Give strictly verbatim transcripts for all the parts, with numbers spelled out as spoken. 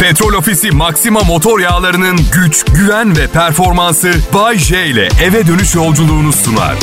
Petrol Ofisi Maxima motor yağlarının güç, güven ve performansı Bay J ile eve dönüş yolculuğunu sunar.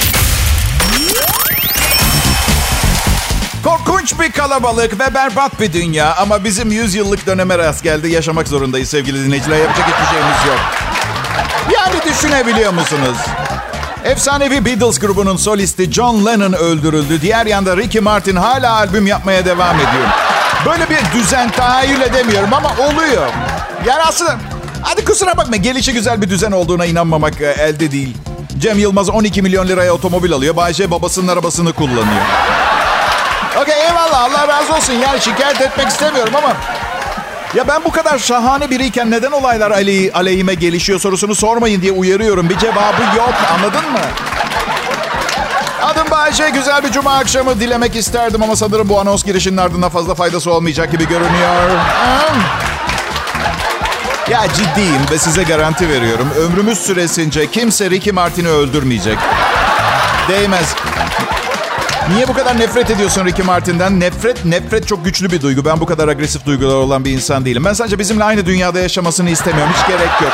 Korkunç bir kalabalık ve berbat bir dünya ama bizim yüz yıllık döneme rast geldi. Yaşamak zorundayız sevgili dinleyiciler. Yapacak hiçbir şeyimiz yok. Yani düşünebiliyor musunuz? Efsanevi Beatles grubunun solisti John Lennon öldürüldü. Diğer yanda Ricky Martin hala albüm yapmaya devam ediyor. Böyle bir düzen tahayyül edemiyorum ama oluyor. Yani aslında hadi kusura bakma, gelişi güzel bir düzen olduğuna inanmamak elde değil. Cem Yılmaz on iki milyon liraya otomobil alıyor. Bay J babasının arabasını kullanıyor. Okey, eyvallah, Allah razı olsun. Yani şikayet etmek istemiyorum ama... Ya ben bu kadar şahane biriyken neden olaylar aleyh, aleyhime gelişiyor sorusunu sormayın diye uyarıyorum. Bir cevabı yok, anladın mı? Adım Bayce, güzel bir cuma akşamı dilemek isterdim ama sanırım bu anons girişinin ardından fazla faydası olmayacak gibi görünüyor. Ya ciddiyim ve size garanti veriyorum. Ömrümüz süresince kimse Ricky Martin'i öldürmeyecek. Değmez. Niye bu kadar nefret ediyorsun Ricky Martin'den? Nefret, nefret çok güçlü bir duygu. Ben bu kadar agresif duygular olan bir insan değilim. Ben sadece bizimle aynı dünyada yaşamasını istemiyorum. Hiç gerek yok.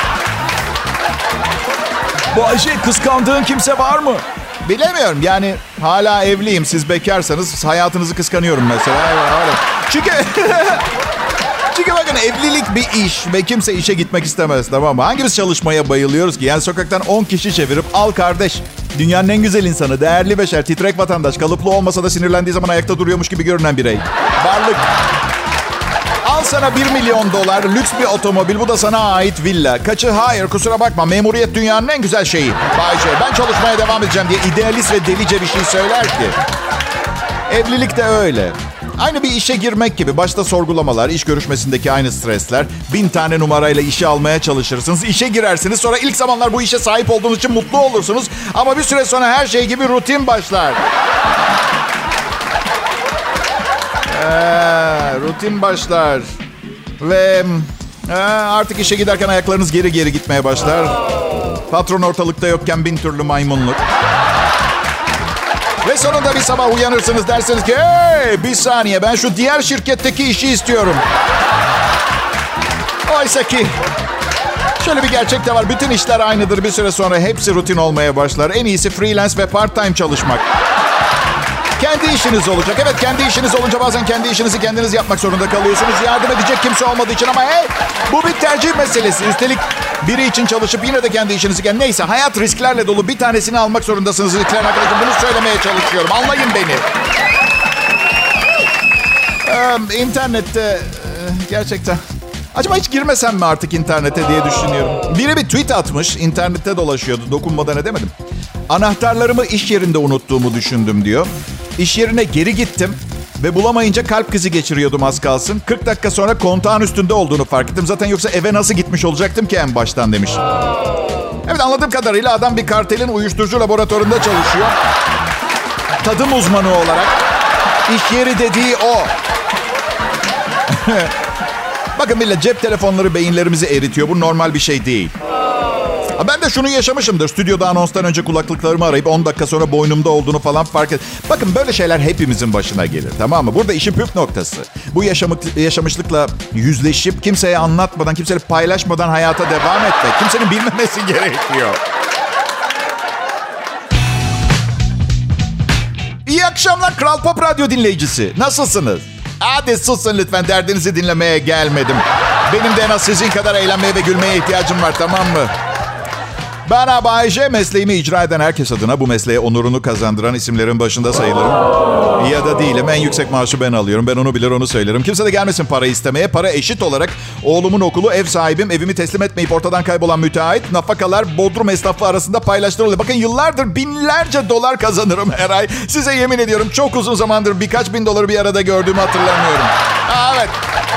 Bu Ayşe, kıskandığın kimse var mı? Bilemiyorum. Yani hala evliyim. Siz bekarsanız hayatınızı kıskanıyorum mesela. Çünkü... Çünkü bakın, evlilik bir iş ve kimse işe gitmek istemez, tamam mı? Hangimiz çalışmaya bayılıyoruz ki? Yani sokaktan on kişi çevirip al kardeş. Dünyanın en güzel insanı, değerli beşer, titrek vatandaş, kalıplı olmasa da sinirlendiği zaman ayakta duruyormuş gibi görünen birey. Varlık. Al sana bir milyon dolar, lüks bir otomobil, bu da sana ait villa. Kaçı? Hayır, kusura bakma, memuriyet dünyanın en güzel şeyi. Bayce, ben çalışmaya devam edeceğim diye idealist ve delice bir şey söyler ki. Evlilik de öyle. Aynı bir işe girmek gibi. Başta sorgulamalar, iş görüşmesindeki aynı stresler. Bin tane numarayla işe almaya çalışırsınız. İşe girersiniz. Sonra ilk zamanlar bu işe sahip olduğunuz için mutlu olursunuz. Ama bir süre sonra her şey gibi rutin başlar. Ee, rutin başlar. Ve e, artık işe giderken ayaklarınız geri geri gitmeye başlar. Patron ortalıkta yokken bin türlü maymunluk. Ve sonunda bir sabah uyanırsınız, dersiniz ki hey, bir saniye, ben şu diğer şirketteki işi istiyorum. Oysa ki şöyle bir gerçek de var. Bütün işler aynıdır. Bir süre sonra hepsi rutin olmaya başlar. En iyisi freelance ve part-time çalışmak. Kendi işiniz olacak. Evet, kendi işiniz olunca bazen kendi işinizi kendiniz yapmak zorunda kalıyorsunuz. Yardım edecek kimse olmadığı için ama hey, bu bir tercih meselesi. Üstelik biri için çalışıp yine de kendi işinizi kendi... Neyse, hayat risklerle dolu, bir tanesini almak zorundasınız. Riskler arkadaşım, bunu söylemeye çalışıyorum. Anlayın beni. Ee, internette gerçekten... Acaba hiç girmesem mi artık internete diye düşünüyorum. Biri bir tweet atmış, internette dolaşıyordu. Dokunmadan edemedim. Anahtarlarımı iş yerinde unuttuğumu düşündüm diyor. İş yerine geri gittim ve bulamayınca kalp krizi geçiriyordum az kalsın. kırk dakika sonra kontağın üstünde olduğunu fark ettim. Zaten yoksa eve nasıl gitmiş olacaktım ki en baştan demiş. Evet, anladığım kadarıyla adam bir kartelin uyuşturucu laboratuvarında çalışıyor. Tadım uzmanı olarak. İş yeri dediği o. Bakın millet, cep telefonları beyinlerimizi eritiyor. Bu normal bir şey değil. Ben de şunu yaşamışımdır. Stüdyoda anonstan önce kulaklıklarımı arayıp on dakika sonra boynumda olduğunu falan fark et. Bakın, böyle şeyler hepimizin başına gelir, tamam mı? Burada işin püf noktası. Bu yaşamık, yaşamışlıkla yüzleşip kimseye anlatmadan, kimseyle paylaşmadan hayata devam etmek. Kimsenin bilmemesi gerekiyor. İyi akşamlar Kral Pop Radyo dinleyicisi. Nasılsınız? Hadi susun lütfen, derdinizi dinlemeye gelmedim. Benim de en az sizin kadar eğlenmeye ve gülmeye ihtiyacım var, tamam mı? Ben Bay J, mesleğimi icra eden herkes adına bu mesleğe onurunu kazandıran isimlerin başında sayılırım. Ya da değilim, en yüksek maaşı ben alıyorum. Ben onu bilir, onu söylerim. Kimse de gelmesin para istemeye. Para eşit olarak oğlumun okulu, ev sahibim, evimi teslim etmeyip ortadan kaybolan müteahhit, nafakalar Bodrum esnafı arasında paylaştırılıyor. Bakın, yıllardır binlerce dolar kazanırım her ay. Size yemin ediyorum, çok uzun zamandır birkaç bin doları bir arada gördüğümü hatırlamıyorum. Evet.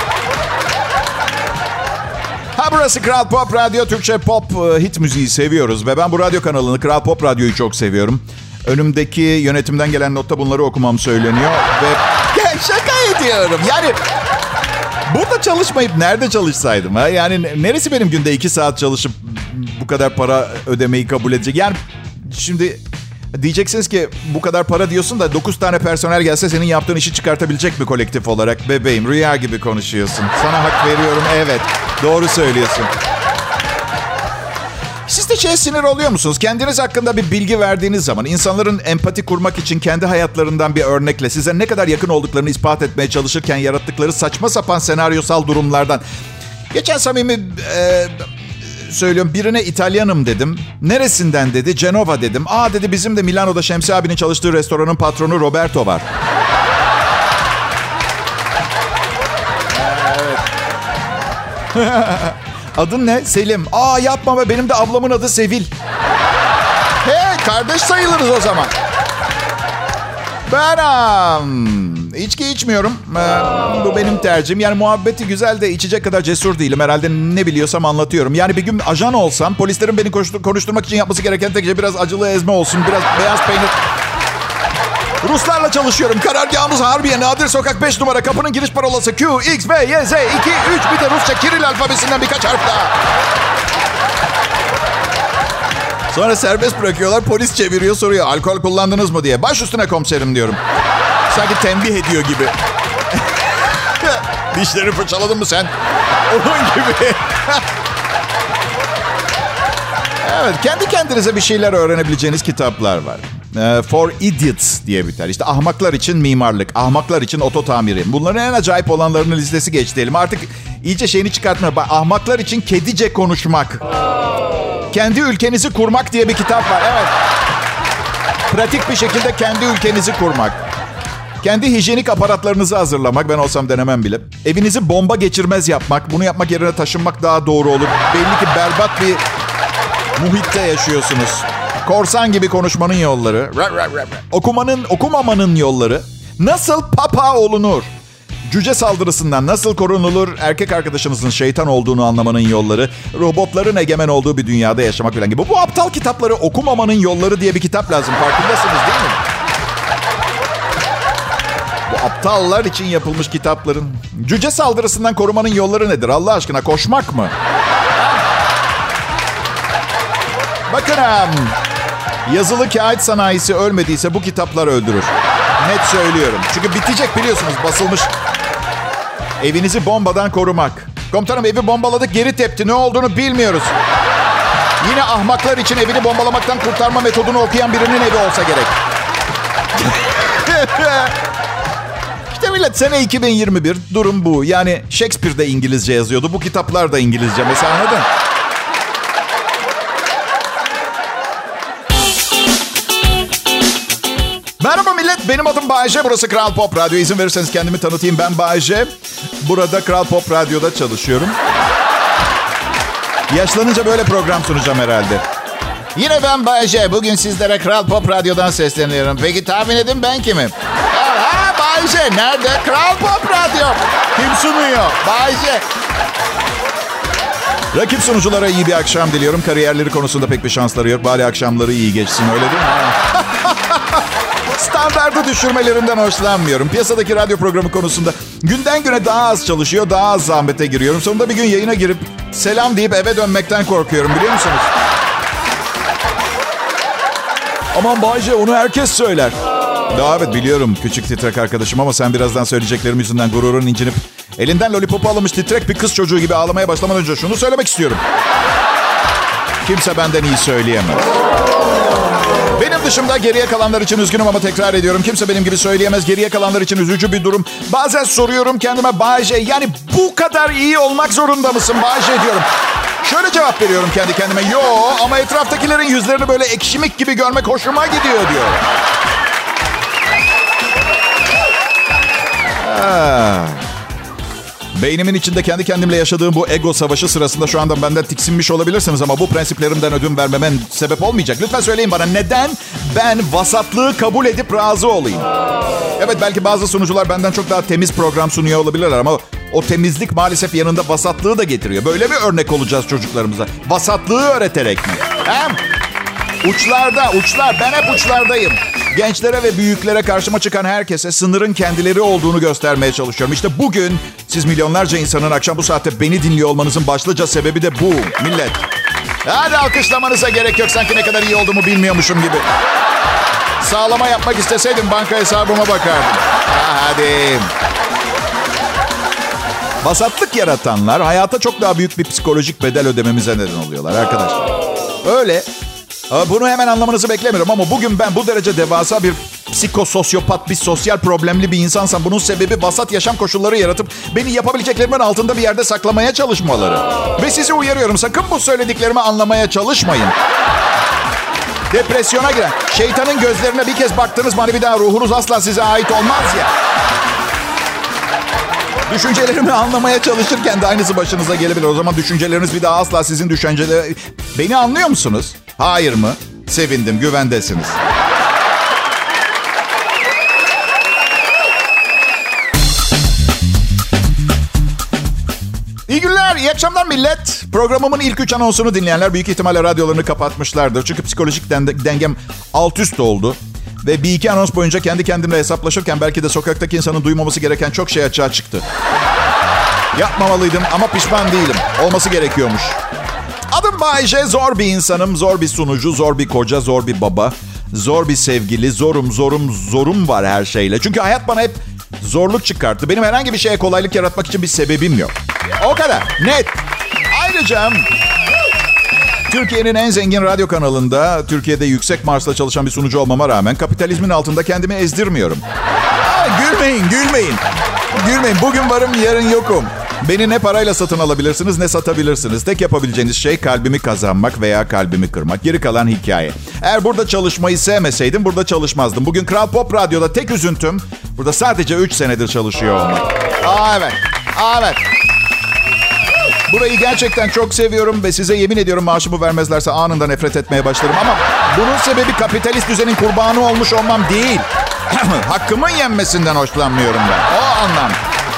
Ha, burası Kral Pop Radyo. Türkçe pop hit müziği seviyoruz ve ben bu radyo kanalını, Kral Pop Radyo'yu çok seviyorum. Önümdeki yönetimden gelen notta bunları okumam söyleniyor ve şaka ediyorum. Yani burada çalışmayıp nerede çalışsaydım ha? Yani neresi benim günde iki saat çalışıp bu kadar para ödemeyi kabul edecek? Yani şimdi Diyeceksiniz ki bu kadar para diyorsun da dokuz tane personel gelse senin yaptığın işi çıkartabilecek mi kolektif olarak? Bebeğim, rüya gibi konuşuyorsun. Sana hak veriyorum, evet. Doğru söylüyorsun. Siz de şeye sinir oluyor musunuz? Kendiniz hakkında bir bilgi verdiğiniz zaman insanların empati kurmak için kendi hayatlarından bir örnekle size ne kadar yakın olduklarını ispat etmeye çalışırken yarattıkları saçma sapan senaryosal durumlardan. Geçen samimi e, söylüyorum, birine İtalyanım dedim. Neresinden dedi, Cenova dedim. Aa dedi, bizim de Milano'da Şemsi abinin çalıştığı restoranın patronu Roberto var. Evet. Adın ne? Selim. Aa yapma be, benim de ablamın adı Sevil. Hey, kardeş sayılırız o zaman. Ben um, içki içmiyorum. Ee, bu benim tercihim. Yani muhabbeti güzel de içecek kadar cesur değilim. Herhalde ne biliyorsam anlatıyorum. Yani bir gün ajan olsam, polislerin beni konuşturmak için yapması gereken tek şey biraz acılı ezme olsun. Biraz beyaz peynir. Ruslarla çalışıyorum. Karargahımız Harbiye, Nadir Sokak beş numara. Kapının giriş parolası Q, X, V, Y, Z, iki, üç. Bir de Rusça Kiril alfabesinden birkaç harf daha. Sonra serbest bırakıyorlar. Polis çeviriyor, soruyor. Alkol kullandınız mı diye. Baş üstüne komiserim diyorum. Sanki tembih ediyor gibi. Dişlerini fırçaladın mı sen? Onun gibi. Evet, kendi kendinize bir şeyler öğrenebileceğiniz kitaplar var. For Idiots diye biter. İşte ahmaklar için mimarlık, ahmaklar için oto tamiri. Bunların en acayip olanlarının listesi geç diyelim. Artık iyice şeyini çıkartmaya. Bak, ahmaklar için kedice konuşmak. Kendi ülkenizi kurmak diye bir kitap var. Evet. Pratik bir şekilde kendi ülkenizi kurmak. Kendi hijyenik aparatlarınızı hazırlamak. Ben olsam denemem bile. Evinizi bomba geçirmez yapmak. Bunu yapmak yerine taşınmak daha doğru olur. Belli ki berbat bir muhitte yaşıyorsunuz. Korsan gibi konuşmanın yolları. Okumanın, okumamanın yolları. Nasıl papa olunur? Cüce saldırısından nasıl korunulur? Erkek arkadaşınızın şeytan olduğunu anlamanın yolları. Robotların egemen olduğu bir dünyada yaşamak falan gibi. Bu aptal kitapları okumamanın yolları diye bir kitap lazım. Farkındasınız değil mi? Bu aptallar için yapılmış kitapların. Cüce saldırısından korumanın yolları nedir? Allah aşkına koşmak mı? Bakın um, yazılı kağıt sanayisi ölmediyse bu kitaplar öldürür. Net söylüyorum. Çünkü bitecek, biliyorsunuz, basılmış. Evinizi bombadan korumak. Komutanım, evi bombaladık, geri tepti. Ne olduğunu bilmiyoruz. Yine ahmaklar için evini bombalamaktan kurtarma metodunu okuyan birinin evi olsa gerek. İşte millet, sene iki bin yirmi bir, durum bu. Yani Shakespeare de İngilizce yazıyordu. Bu kitaplar da İngilizce mesela, anladın? Merhaba millet, benim adım Bayece. Burası Kral Pop Radyo. İzin verirseniz kendimi tanıtayım. Ben Bayece. Burada Kral Pop Radyo'da çalışıyorum. Yaşlanınca böyle program sunacağım herhalde. Yine ben Bayece. Bugün sizlere Kral Pop Radyo'dan sesleniyorum. Peki tahmin edin ben kimim? Ha, Bayece. Nerede? Kral Pop Radyo. Kim sunuyor? Bayece. Rakip sunuculara iyi bir akşam diliyorum. Kariyerleri konusunda pek bir şansları yok. Bari akşamları iyi geçsin, öyle değil mi? Standartı düşürmelerinden hoşlanmıyorum. Piyasadaki radyo programı konusunda günden güne daha az çalışıyor, daha az zahmete giriyorum. Sonunda bir gün yayına girip selam deyip eve dönmekten korkuyorum, biliyor musunuz? Aman Bayce, onu herkes söyler. Daha evet biliyorum küçük titrek arkadaşım, ama sen birazdan söyleyeceklerim yüzünden gururun incinip elinden lollipopu alınmış titrek bir kız çocuğu gibi ağlamaya başlamadan önce şunu söylemek istiyorum. Kimse benden iyi söyleyemez. Benim dışımda geriye kalanlar için üzgünüm ama tekrar ediyorum. Kimse benim gibi söyleyemez. Geriye kalanlar için üzücü bir durum. Bazen soruyorum kendime, Bayce, yani bu kadar iyi olmak zorunda mısın Bayce diyorum. Şöyle cevap veriyorum kendi kendime. Yo, ama etraftakilerin yüzlerini böyle ekşimik gibi görmek hoşuma gidiyor diyor. Ah. Beynimin içinde kendi kendimle yaşadığım bu ego savaşı sırasında şu anda benden tiksinmiş olabilirsiniz ama bu prensiplerimden ödün vermemen sebep olmayacak. Lütfen söyleyin bana, neden ben vasatlığı kabul edip razı olayım? Evet, belki bazı sunucular benden çok daha temiz program sunuyor olabilirler ama o temizlik maalesef yanında vasatlığı da getiriyor. Böyle mi örnek olacağız çocuklarımıza? Vasatlığı öğreterek mi? He? Uçlarda, uçlar. Ben hep uçlardayım. Gençlere ve büyüklere, karşıma çıkan herkese sınırın kendileri olduğunu göstermeye çalışıyorum. İşte bugün siz milyonlarca insanın akşam bu saatte beni dinliyor olmanızın başlıca sebebi de bu millet. Hadi alkışlamanıza gerek yok, sanki ne kadar iyi olduğumu bilmiyormuşum gibi. sağlama yapmak isteseydim banka hesabıma bakardım. Ha, hadi. Vasatlık yaratanlar hayata çok daha büyük bir psikolojik bedel ödememize neden oluyorlar arkadaşlar. Öyle. Bunu hemen anlamanızı beklemiyorum ama bugün ben bu derece devasa bir psikososyopat, bir sosyal problemli bir insansam bunun sebebi vasat yaşam koşulları yaratıp beni yapabileceklerimin altında bir yerde saklamaya çalışmaları. Ve sizi uyarıyorum, sakın bu söylediklerimi anlamaya çalışmayın. Depresyona giren, şeytanın gözlerine bir kez baktınız mı hani bir daha ruhunuz asla size ait olmaz ya. Düşüncelerimi anlamaya çalışırken de aynısı başınıza gelebilir. O zaman düşünceleriniz bir daha asla sizin düşünceleri... Beni anlıyor musunuz? Hayır mı? Sevindim, güvendesiniz. İyi günler, iyi akşamlar millet. Programımın ilk üç anonsunu dinleyenler büyük ihtimalle radyolarını kapatmışlardır. Çünkü psikolojik dengem alt üst oldu. Ve bir iki anons boyunca kendi kendimle hesaplaşırken belki de sokaktaki insanın duymaması gereken çok şey açığa çıktı. Yapmamalıydım ama pişman değilim. Olması gerekiyormuş. Adım Bay J. Zor bir insanım. Zor bir sunucu, zor bir koca, zor bir baba. Zor bir sevgili. Zorum, zorum, zorum var her şeyle. Çünkü hayat bana hep zorluk çıkarttı. Benim herhangi bir şeye kolaylık yaratmak için bir sebebim yok. O kadar. Net. Ayrıca... Türkiye'nin en zengin radyo kanalında, Türkiye'de yüksek Mars'la çalışan bir sunucu olmama rağmen kapitalizmin altında kendimi ezdirmiyorum. Aa, gülmeyin, gülmeyin. Gülmeyin. Bugün varım, yarın yokum. Beni ne parayla satın alabilirsiniz ne satabilirsiniz. Tek yapabileceğiniz şey kalbimi kazanmak veya kalbimi kırmak. Geri kalan hikaye. Eğer burada çalışmayı sevmeseydim burada çalışmazdım. Bugün Kral Pop Radyo'da tek üzüntüm burada sadece üç senedir çalışıyor olmak. Aa evet, Aa, evet. Burayı gerçekten çok seviyorum ve size yemin ediyorum maaşımı vermezlerse anında nefret etmeye başlarım. Ama bunun sebebi kapitalist düzenin kurbanı olmuş olmam değil. Hakkımın yenmesinden hoşlanmıyorum ben. O anlam.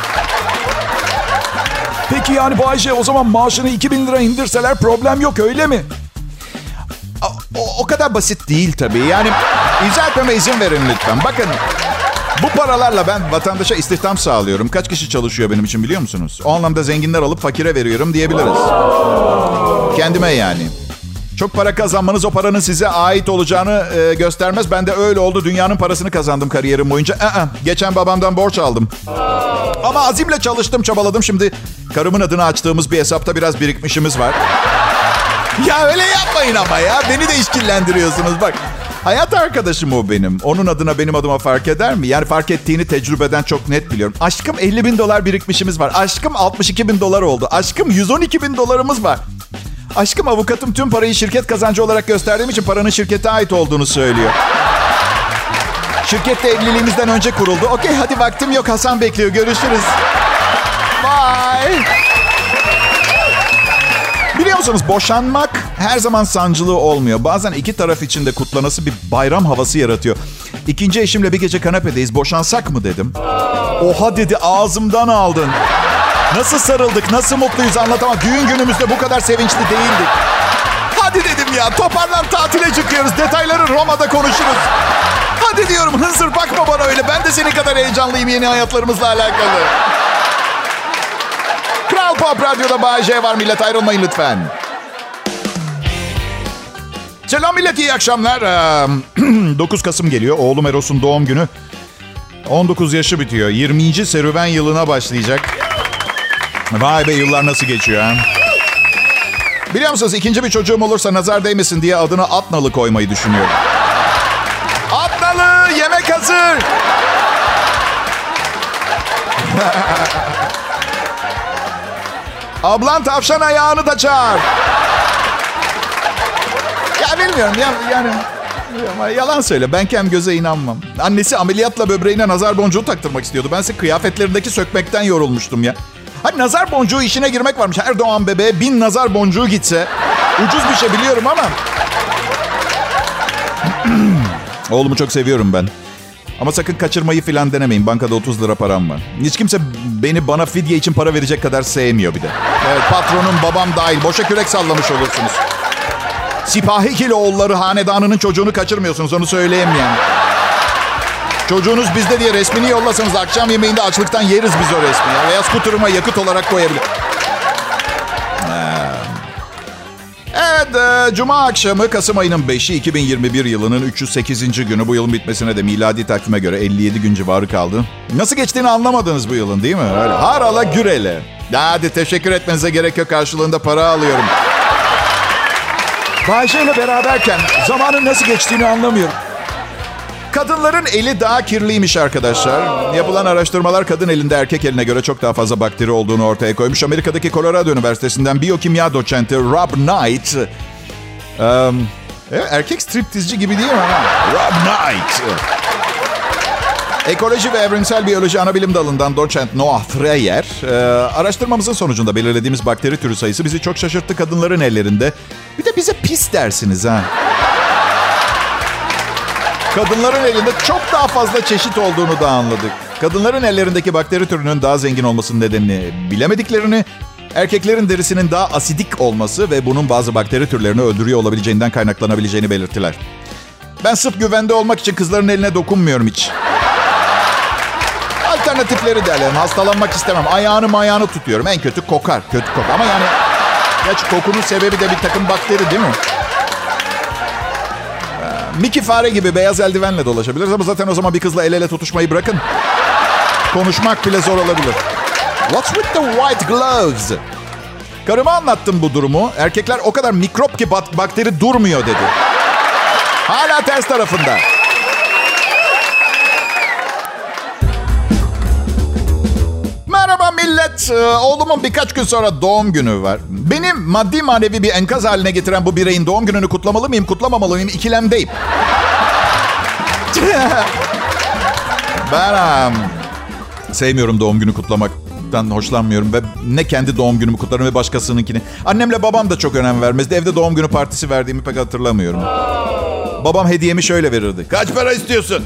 Peki yani bu Ayşe o zaman maaşını iki bin lira indirseler problem yok öyle mi? O, o, o kadar basit değil tabii. Yani izah etmeme izin verin lütfen. Bakın bu paralarla ben vatandaşa istihdam sağlıyorum. Kaç kişi çalışıyor benim için biliyor musunuz? O anlamda zenginler alıp fakire veriyorum diyebiliriz. Kendime yani. Çok para kazanmanız o paranın size ait olacağını e, göstermez. Ben de öyle oldu. Dünyanın parasını kazandım kariyerim boyunca. Aa, geçen babamdan borç aldım. Ama azimle çalıştım, çabaladım. Şimdi karımın adına açtığımız bir hesapta biraz birikmişimiz var. Ya öyle yapmayın ama ya. Beni de işkillendiriyorsunuz bak. Hayat arkadaşım o benim. Onun adına benim adıma fark eder mi? Yani fark ettiğini tecrübeden çok net biliyorum. Aşkım elli bin dolar birikmişimiz var. Aşkım altmış iki bin dolar oldu. Aşkım yüz on iki bin dolarımız var. Aşkım avukatım tüm parayı şirket kazancı olarak gösterdiğim için paranın şirkete ait olduğunu söylüyor. Şirket de evliliğimizden önce kuruldu. Okey hadi vaktim yok, Hasan bekliyor. Görüşürüz. Bye. Biliyor musunuz boşanmak her zaman sancılı olmuyor. Bazen iki taraf için de kutlanası bir bayram havası yaratıyor. İkinci eşimle bir gece kanepedeyiz. Boşansak mı dedim. Oha dedi, ağzımdan aldın. Nasıl sarıldık, nasıl mutluyuz anlatamam. Düğün günümüzde bu kadar sevinçli değildik. Hadi dedim ya, toparlan tatile çıkıyoruz. Detayları Roma'da konuşuruz. Hadi diyorum, hınzır bakma bana öyle. Ben de senin kadar heyecanlıyım yeni hayatlarımızla alakalı. Kral Pop Radyo'da Bay J var millet, ayrılmayın lütfen. Selam millet, iyi akşamlar. dokuz Kasım geliyor, oğlum Eros'un doğum günü. on dokuz yaşı bitiyor, yirminci serüven yılına başlayacak. Vay be, yıllar nasıl geçiyor ha? Biliyor musunuz, ikinci bir çocuğum olursa nazar değmesin diye adını Atnalı koymayı düşünüyorum. Atnalı, yemek hazır. Ablan tavşan ayağını da çağır. Ya bilmiyorum ya, yani yalan söyle, ben kem göze inanmam. Annesi ameliyatla böbreğine nazar boncuğu taktırmak istiyordu. Bense kıyafetlerindeki sökmekten yorulmuştum ya. Hani nazar boncuğu işine girmek varmış. Her doğan bebeğe bin nazar boncuğu gitse. Ucuz bir şey biliyorum ama. Oğlumu çok seviyorum ben. Ama sakın kaçırmayı falan denemeyin. Bankada otuz lira param var. Hiç kimse beni bana fidye için para verecek kadar sevmiyor bir de. Evet, patronum babam dahil. Boşa kürek sallamış olursunuz. Sipahi Kiloğulları hanedanının çocuğunu kaçırmıyorsunuz. Onu söyleyeyim yani. Çocuğunuz bizde diye resmini yollasanız akşam yemeğinde açlıktan yeriz biz o resmi. Ya. Veya skuterıma yakıt olarak koyabilir. Evet, e, Cuma akşamı Kasım ayının beşi iki bin yirmi bir yılının üç yüz sekizinci günü. Bu yılın bitmesine de miladi takvime göre elli yedi gün civarı kaldı. Nasıl geçtiğini anlamadınız bu yılın, değil mi? Öyle harala gürele. Hadi teşekkür etmenize gerek yok, karşılığında para alıyorum. Bay J ile beraberken zamanın nasıl geçtiğini anlamıyorum. Kadınların eli daha kirliymiş arkadaşlar. Yapılan araştırmalar kadın elinde erkek eline göre çok daha fazla bakteri olduğunu ortaya koymuş. Amerika'daki Colorado Üniversitesi'nden biyokimya doçenti Rob Knight. Um, evet, erkek striptizci gibi değil mi? Rob Knight. Ekoloji ve evrensel biyoloji anabilim dalından doçent Noah Freyer. E, araştırmamızın sonucunda belirlediğimiz bakteri türü sayısı bizi çok şaşırttı kadınların ellerinde. Bir de bize pis dersiniz ha. Kadınların elinde çok daha fazla çeşit olduğunu da anladık. Kadınların ellerindeki bakteri türünün daha zengin olmasının nedenini bilemediklerini, erkeklerin derisinin daha asidik olması ve bunun bazı bakteri türlerini öldürüyor olabileceğinden kaynaklanabileceğini belirttiler. Ben sırf güvende olmak için kızların eline dokunmuyorum hiç. Alternatifleri derlerim. Hastalanmak istemem. Ayağını mayağını tutuyorum. En kötü kokar. Kötü kokar. Ama yani gerçi kokunun sebebi de bir takım bakteri değil mi? Mickey fare gibi beyaz eldivenle dolaşabiliriz ama zaten o zaman bir kızla el ele tutuşmayı bırakın. Konuşmak bile zor olabilir. What's with the white gloves? Karıma anlattım bu durumu. Erkekler o kadar mikrop ki bat- bakteri durmuyor dedi. Hala ters tarafında. Merhaba millet. Oğlumun birkaç gün sonra doğum günü var. Benim maddi manevi bir enkaz haline getiren bu bireyin doğum gününü kutlamalı mıyım, kutlamamalı mıyım ikilemdeyim. Ben um, sevmiyorum doğum günü kutlamaktan, hoşlanmıyorum. Ve ne kendi doğum günümü kutlarım ve başkasınınkini. Annemle babam da çok önem vermezdi. Evde doğum günü partisi verdiğimi pek hatırlamıyorum. Babam hediyemi şöyle verirdi. Kaç para istiyorsun?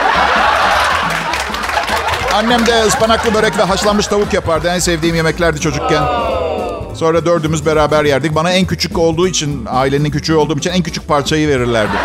Annem de ıspanaklı börek ve haşlanmış tavuk yapardı. En sevdiğim yemeklerdi çocukken. Sonra dördümüz beraber yerdik. Bana en küçük olduğu için, ailenin küçüğü olduğum için en küçük parçayı verirlerdi.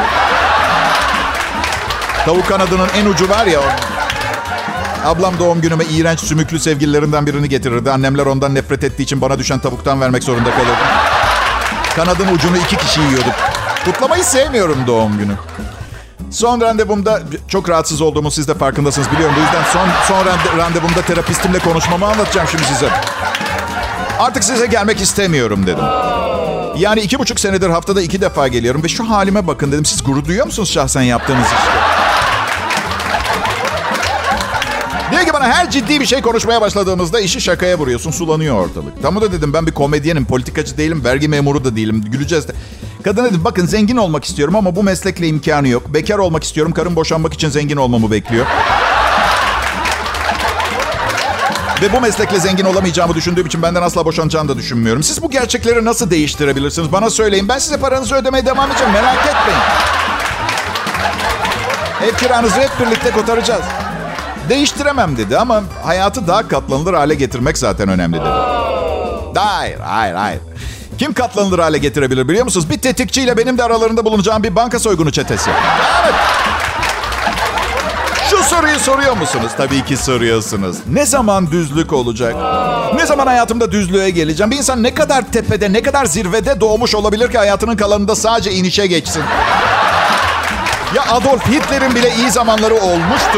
Tavuk kanadının en ucu var ya. Ablam doğum günüme iğrenç sümüklü sevgililerinden birini getirirdi. Annemler ondan nefret ettiği için bana düşen tavuktan vermek zorunda kalırdı. Kanadın ucunu iki kişi yiyorduk. Kutlamayı sevmiyorum doğum günü. Son randevumda çok rahatsız olduğumu siz de farkındasınız biliyorum. Bu yüzden son son randevumda terapistimle konuşmamı anlatacağım şimdi size. Artık size gelmek istemiyorum dedim. Yani iki buçuk senedir haftada iki defa geliyorum ve şu halime bakın dedim. Siz gurur duyuyor musunuz şahsen yaptığınız işte? Diyor ki bana her ciddi bir şey konuşmaya başladığımızda işi şakaya vuruyorsun, sulanıyor ortalık. Tamam da dedim ben bir komedyenim, politikacı değilim, vergi memuru da değilim. Güleceğiz de. Kadın dedim bakın zengin olmak istiyorum ama bu meslekle imkanı yok. Bekar olmak istiyorum, karım boşanmak için zengin olmamı bekliyor. Ve bu meslekle zengin olamayacağımı düşündüğüm için benden asla boşanacağını da düşünmüyorum. Siz bu gerçekleri nasıl değiştirebilirsiniz? Bana söyleyin. Ben size paranızı ödemeye devam edeceğim. Merak etmeyin. Ev kiranızı hep birlikte kotaracağız. Değiştiremem dedi ama hayatı daha katlanılır hale getirmek zaten önemli dedi. Hayır, hayır, hayır. Kim katlanılır hale getirebilir biliyor musunuz? Bir tetikçiyle benim de aralarında bulunacağım bir banka soygunu çetesi. Evet. Şu soruyu soruyor musunuz? Tabii ki soruyorsunuz. Ne zaman düzlük olacak? Ne zaman hayatımda düzlüğe geleceğim? Bir insan ne kadar tepede, ne kadar zirvede doğmuş olabilir ki hayatının kalanında sadece inişe geçsin? Ya Adolf Hitler'in bile iyi zamanları olmuştu.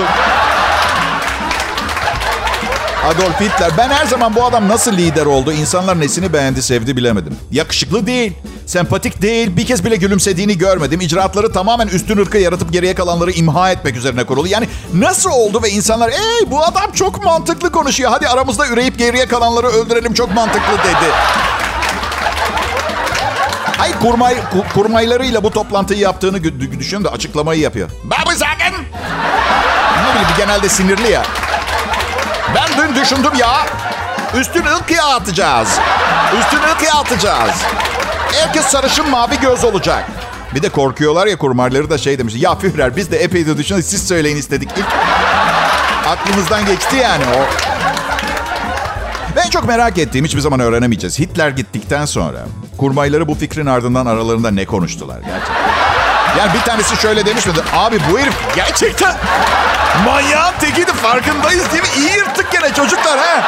Adolf Hitler. Ben her zaman bu adam nasıl lider oldu? İnsanlar nesini beğendi, sevdi bilemedim. Yakışıklı değil, sempatik değil, bir kez bile gülümsediğini görmedim. İcraatları tamamen üstün ırkı yaratıp geriye kalanları imha etmek üzerine kurulu. Yani nasıl oldu ve insanlar ey bu adam çok mantıklı konuşuyor. Hadi aramızda üreyip geriye kalanları öldürelim çok mantıklı dedi. Hayır kurmay, kurmaylarıyla bu toplantıyı yaptığını düşünüyorum da açıklamayı yapıyor. Babu sakın! Ne bileyim genelde sinirli ya. Ben dün düşündüm ya. Üstün ırk yağı atacağız. Üstün ırk yağı atacağız. Herkes sarışın mavi göz olacak. Bir de korkuyorlar ya kurmayları da şey demiş. Ya Führer biz de epeydir düşündük. Siz söyleyin istedik. İlk aklımızdan geçti yani o. Ben çok merak ettiğim hiçbir zaman öğrenemeyeceğiz. Hitler gittikten sonra kurmayları bu fikrin ardından aralarında ne konuştular gerçekten? Yani bir tanesi şöyle demiş miydi? Abi bu herif gerçekten manyağın tekiydi farkındayız değil mi? İyi yırttık gene çocuklar ha.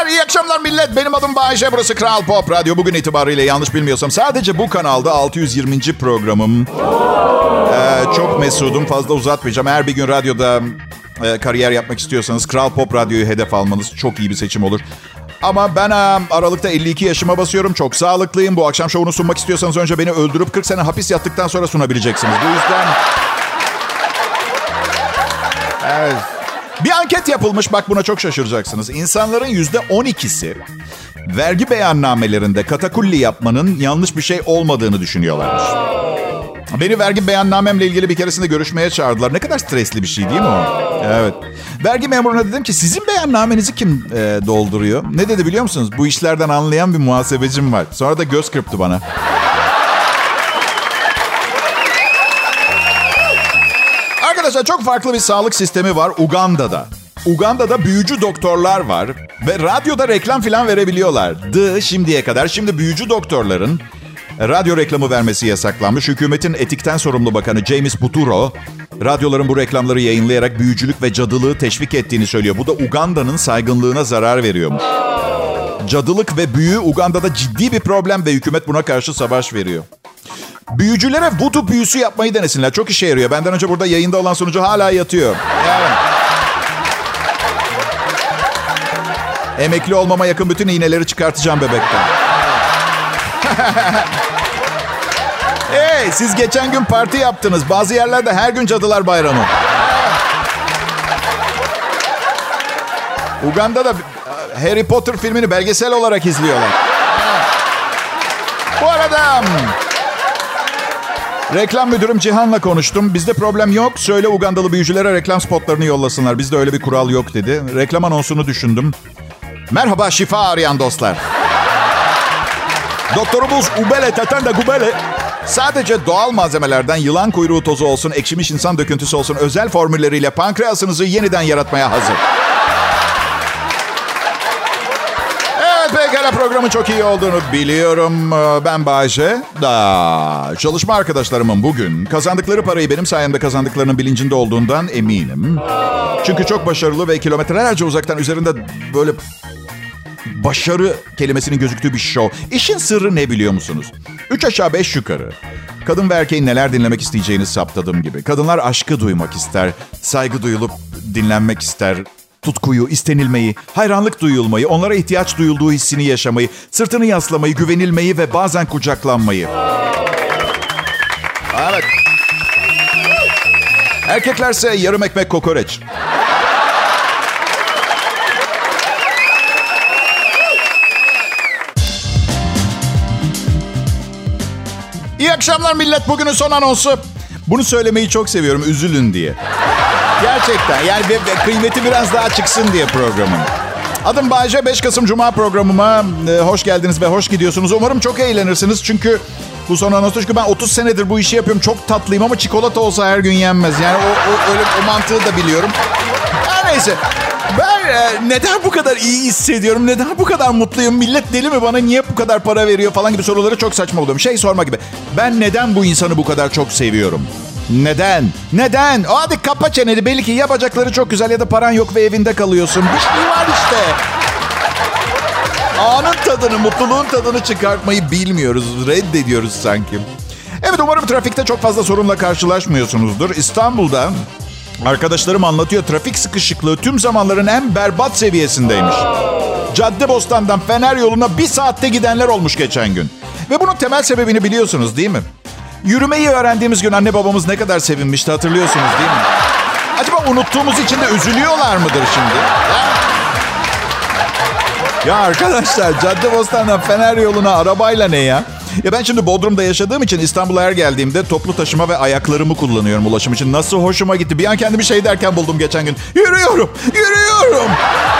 akşamlar, iyi akşamlar millet. Benim adım Bayece, burası Kral Pop Radyo. Bugün itibariyle yanlış bilmiyorsam sadece bu kanalda altı yüz yirminci programım. Ee, çok mesudum, fazla uzatmayacağım. Eğer bir gün radyoda e, kariyer yapmak istiyorsanız Kral Pop Radyo'yu hedef almanız çok iyi bir seçim olur. Ama ben e, Aralık'ta elli iki yaşıma basıyorum. Çok sağlıklıyım. Bu akşam şovunu sunmak istiyorsanız önce beni öldürüp kırk sene hapis yattıktan sonra sunabileceksiniz. Bu yüzden... Evet. Bir anket yapılmış, bak buna çok şaşıracaksınız. İnsanların yüzde on ikisi vergi beyannamelerinde katakulli yapmanın yanlış bir şey olmadığını düşünüyorlarmış. Beni vergi beyannamemle ilgili bir keresinde görüşmeye çağırdılar. Ne kadar stresli bir şey değil mi o? Evet. Vergi memuruna dedim ki sizin beyannamenizi kim e, dolduruyor? Ne dedi biliyor musunuz? Bu işlerden anlayan bir muhasebecim var. Sonra da göz kırptı bana. Arkadaşlar çok farklı bir sağlık sistemi var Uganda'da. Uganda'da büyücü doktorlar var ve radyoda reklam falan verebiliyorlardı şimdiye kadar. Şimdi büyücü doktorların radyo reklamı vermesi yasaklanmış. Hükümetin etikten sorumlu bakanı James Buturo, radyoların bu reklamları yayınlayarak büyücülük ve cadılığı teşvik ettiğini söylüyor. Bu da Uganda'nın saygınlığına zarar veriyormuş. Cadılık ve büyü Uganda'da ciddi bir problem ve hükümet buna karşı savaş veriyor. Büyücülere voodoo büyüsü yapmayı denesinler. Çok işe yarıyor. Benden önce burada yayında olan sunucu hala yatıyor. Yani. Emekli olmama yakın bütün iğneleri çıkartacağım bebekten. Hey, siz geçen gün parti yaptınız. Bazı yerlerde her gün Cadılar Bayramı. Uganda'da Harry Potter filmini belgesel olarak izliyorlar. Bu arada reklam müdürüm Cihan'la konuştum. Bizde problem yok. Söyle Ugandalı büyücülere reklam spotlarını yollasınlar. Bizde öyle bir kural yok dedi. Reklam anonsunu düşündüm. Merhaba şifa arayan dostlar. Doktorumuz Ubele Tatanda Gubele sadece doğal malzemelerden yılan kuyruğu tozu olsun, ekşimiş insan döküntüsü olsun özel formülleriyle pankreasınızı yeniden yaratmaya hazır. Evet, pekala, programın çok iyi olduğunu biliyorum. Ben Bayece. Da çalışma arkadaşlarımın bugün kazandıkları parayı benim sayemde kazandıklarının bilincinde olduğundan eminim. Çünkü çok başarılı ve kilometrelerce uzaktan üzerinde böyle başarı kelimesinin gözüktüğü bir show. İşin sırrı ne biliyor musunuz? Üç aşağı beş yukarı. Kadın ve erkeğin neler dinlemek isteyeceğini saptadığım gibi. Kadınlar aşkı duymak ister, saygı duyulup dinlenmek ister, tutkuyu, istenilmeyi, hayranlık duyulmayı, onlara ihtiyaç duyulduğu hissini yaşamayı, sırtını yaslamayı, güvenilmeyi ve bazen kucaklanmayı. Evet. Erkeklerse yarım ekmek kokoreç. İyi akşamlar millet. Bugünün son anonsu. Bunu söylemeyi çok seviyorum. Üzülün diye. Gerçekten. Yani ve, ve kıymeti biraz daha çıksın diye programın. Adım Bayece. beş Kasım Cuma programıma e, hoş geldiniz ve hoş gidiyorsunuz. Umarım çok eğlenirsiniz. Çünkü bu son anonsu. Çünkü ben otuz senedir bu işi yapıyorum. Çok tatlıyım ama çikolata olsa her gün yenmez. Yani o, o, öyle, o mantığı da biliyorum. Her neyse. Ben e, neden bu kadar iyi hissediyorum? Neden bu kadar mutluyum? Millet deli mi? Bana niye bu kadar para veriyor falan gibi soruları çok saçma buluyorum. Şey sorma gibi. Ben neden bu insanı bu kadar çok seviyorum? Neden? Neden? O hadi kapa çeneni. Belli ki ya bacakları çok güzel ya da paran yok ve evinde kalıyorsun. Bir şey var işte. Anın tadını, mutluluğun tadını çıkartmayı bilmiyoruz. Reddediyoruz sanki. Evet, umarım trafikte çok fazla sorunla karşılaşmıyorsunuzdur. İstanbul'da arkadaşlarım anlatıyor. Trafik sıkışıklığı tüm zamanların en berbat seviyesindeymiş. Caddebostan'dan Fener yoluna bir saatte gidenler olmuş geçen gün. Ve bunun temel sebebini biliyorsunuz değil mi? Yürümeyi öğrendiğimiz gün anne babamız ne kadar sevinmişti, hatırlıyorsunuz değil mi? Acaba unuttuğumuz için de üzülüyorlar mıdır şimdi? Ya, ya arkadaşlar, Caddebostan'dan Fener yoluna arabayla ne ya? Ya ben şimdi Bodrum'da yaşadığım için İstanbul'a her geldiğimde toplu taşıma ve ayaklarımı kullanıyorum ulaşım için. Nasıl hoşuma gitti. Bir an kendimi şey derken buldum geçen gün. Yürüyorum, yürüyorum.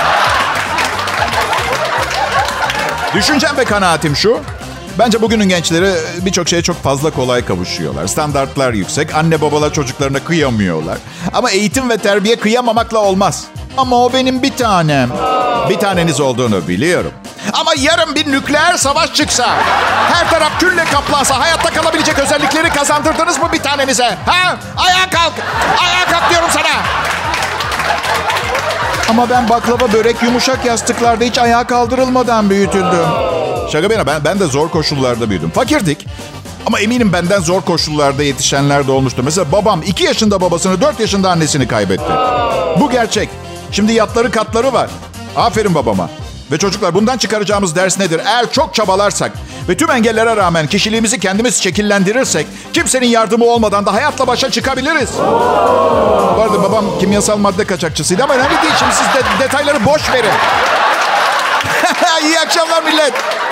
Düşüncem ve kanaatim şu. Bence bugünün gençleri birçok şeye çok fazla kolay kavuşuyorlar. Standartlar yüksek. Anne babalar çocuklarına kıyamıyorlar. Ama eğitim ve terbiye kıyamamakla olmaz. Ama o benim bir tanem. Bir taneniz olduğunu biliyorum. Ama yarın bir nükleer savaş çıksa, her taraf külle kaplansa hayatta kalabilecek özellikleri kazandırdınız mı bir tanenize? Ha? Ayağa kalk! Ayağa kalk diyorum sana! Ama ben baklava, börek, yumuşak yastıklarda hiç ayağa kaldırılmadan büyütüldüm. Şaka bir yana, ben, ben de zor koşullarda büyüdüm. Fakirdik. Ama eminim benden zor koşullarda yetişenler de olmuştu. Mesela babam iki yaşında babasını, dört yaşında annesini kaybetti. Bu gerçek. Şimdi yatları katları var. Aferin babama. Ve çocuklar, bundan çıkaracağımız ders nedir? Eğer çok çabalarsak ve tüm engellere rağmen kişiliğimizi kendimiz şekillendirirsek kimsenin yardımı olmadan da hayatla başa çıkabiliriz. Bu arada babam kimyasal madde kaçakçısıydı ama önemli değil. Şimdi siz de detayları boş verin. İyi akşamlar millet.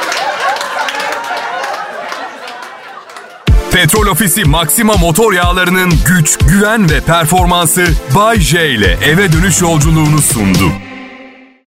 Petrol Ofisi Maxima motor yağlarının güç, güven ve performansı Bay J ile eve dönüş yolculuğunu sundu.